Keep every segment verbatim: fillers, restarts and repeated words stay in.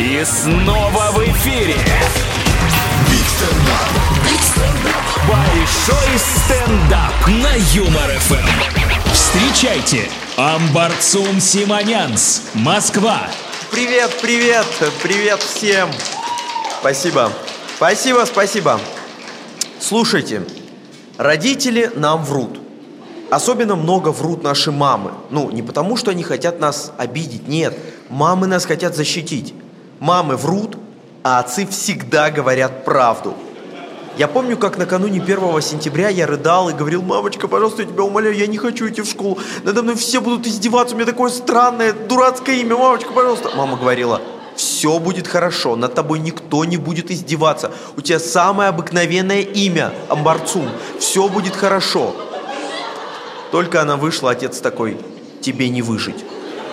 И снова в эфире большой стендап на Юмор эф эм. Встречайте, Амбарцум Симонянс, Москва. Привет, привет, привет всем. Спасибо, спасибо, спасибо. Слушайте, родители нам врут. Особенно много врут наши мамы. Ну, не потому, что они хотят нас обидеть, нет. Мамы нас хотят защитить. Мамы врут, а отцы всегда говорят правду. Я помню, как накануне первого сентября я рыдал и говорил: мамочка, пожалуйста, я тебя умоляю, я не хочу идти в школу. Надо мной все будут издеваться, у меня такое странное, дурацкое имя, мамочка, пожалуйста. Мама говорила: все будет хорошо, над тобой никто не будет издеваться. У тебя самое обыкновенное имя, Амбарцум, все будет хорошо. Только она вышла, отец такой: тебе не выжить.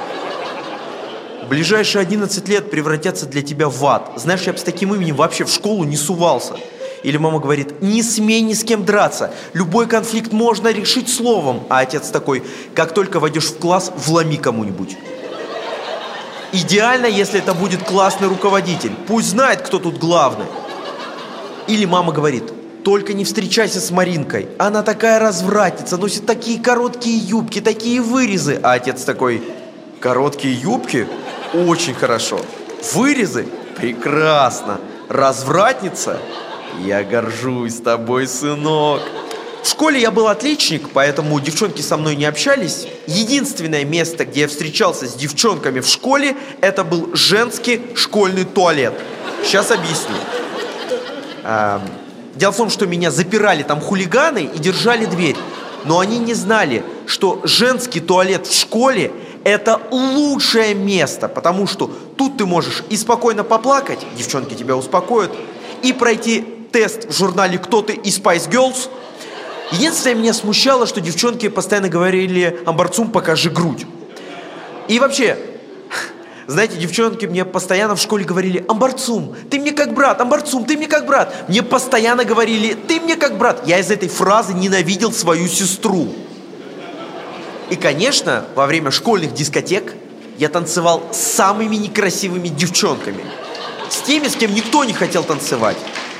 Ближайшие одиннадцать лет превратятся для тебя в ад. Знаешь, я бы с таким именем вообще в школу не сувался. Или мама говорит: не смей ни с кем драться. Любой конфликт можно решить словом. А отец такой: как только войдешь в класс, вломи кому-нибудь. Идеально, если это будет классный руководитель. Пусть знает, кто тут главный. Или мама говорит: только не встречайся с Маринкой. Она такая развратница, носит такие короткие юбки, такие вырезы. А отец такой: короткие юбки? Очень хорошо. Вырезы? Прекрасно. Развратница? Я горжусь тобой, сынок. В школе я был отличник, поэтому девчонки со мной не общались. Единственное место, где я встречался с девчонками в школе, это был женский школьный туалет. Сейчас объясню. А, дело в том, что меня запирали там хулиганы и держали дверь. Но они не знали, что женский туалет в школе – это лучшее место, потому что тут ты можешь и спокойно поплакать, девчонки тебя успокоят, и пройти тест в журнале «Кто ты» и Spice Girls. Единственное, меня смущало, что девчонки постоянно говорили: Амбарцум, покажи грудь. И вообще, знаете, девчонки мне постоянно в школе говорили: Амбарцум, ты мне как брат, Амбарцум, ты мне как брат. Мне постоянно говорили: ты мне как брат. Я из этой фразы ненавидел свою сестру. И, конечно, во время школьных дискотек я танцевал с самыми некрасивыми девчонками. С теми, с кем никто не хотел танцевать.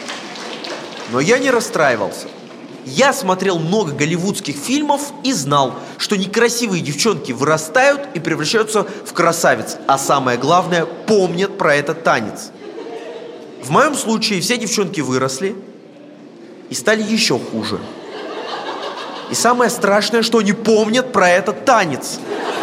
Но я не расстраивался. Я смотрел много голливудских фильмов и знал, что некрасивые девчонки вырастают и превращаются в красавиц. А самое главное, помнят про этот танец. В моем случае все девчонки выросли и стали еще хуже. И самое страшное, что они помнят про этот танец.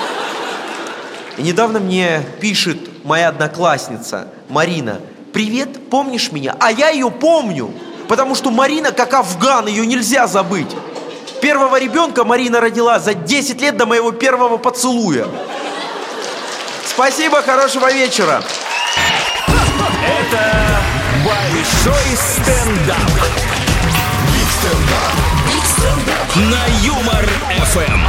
И недавно мне пишет моя одноклассница Марина: привет, помнишь меня? А я ее помню, потому что Марина как афган, ее нельзя забыть. Первого ребенка Марина родила за десять лет до моего первого поцелуя. Спасибо, хорошего вечера. Это большой стендап. На Юмор эф эм.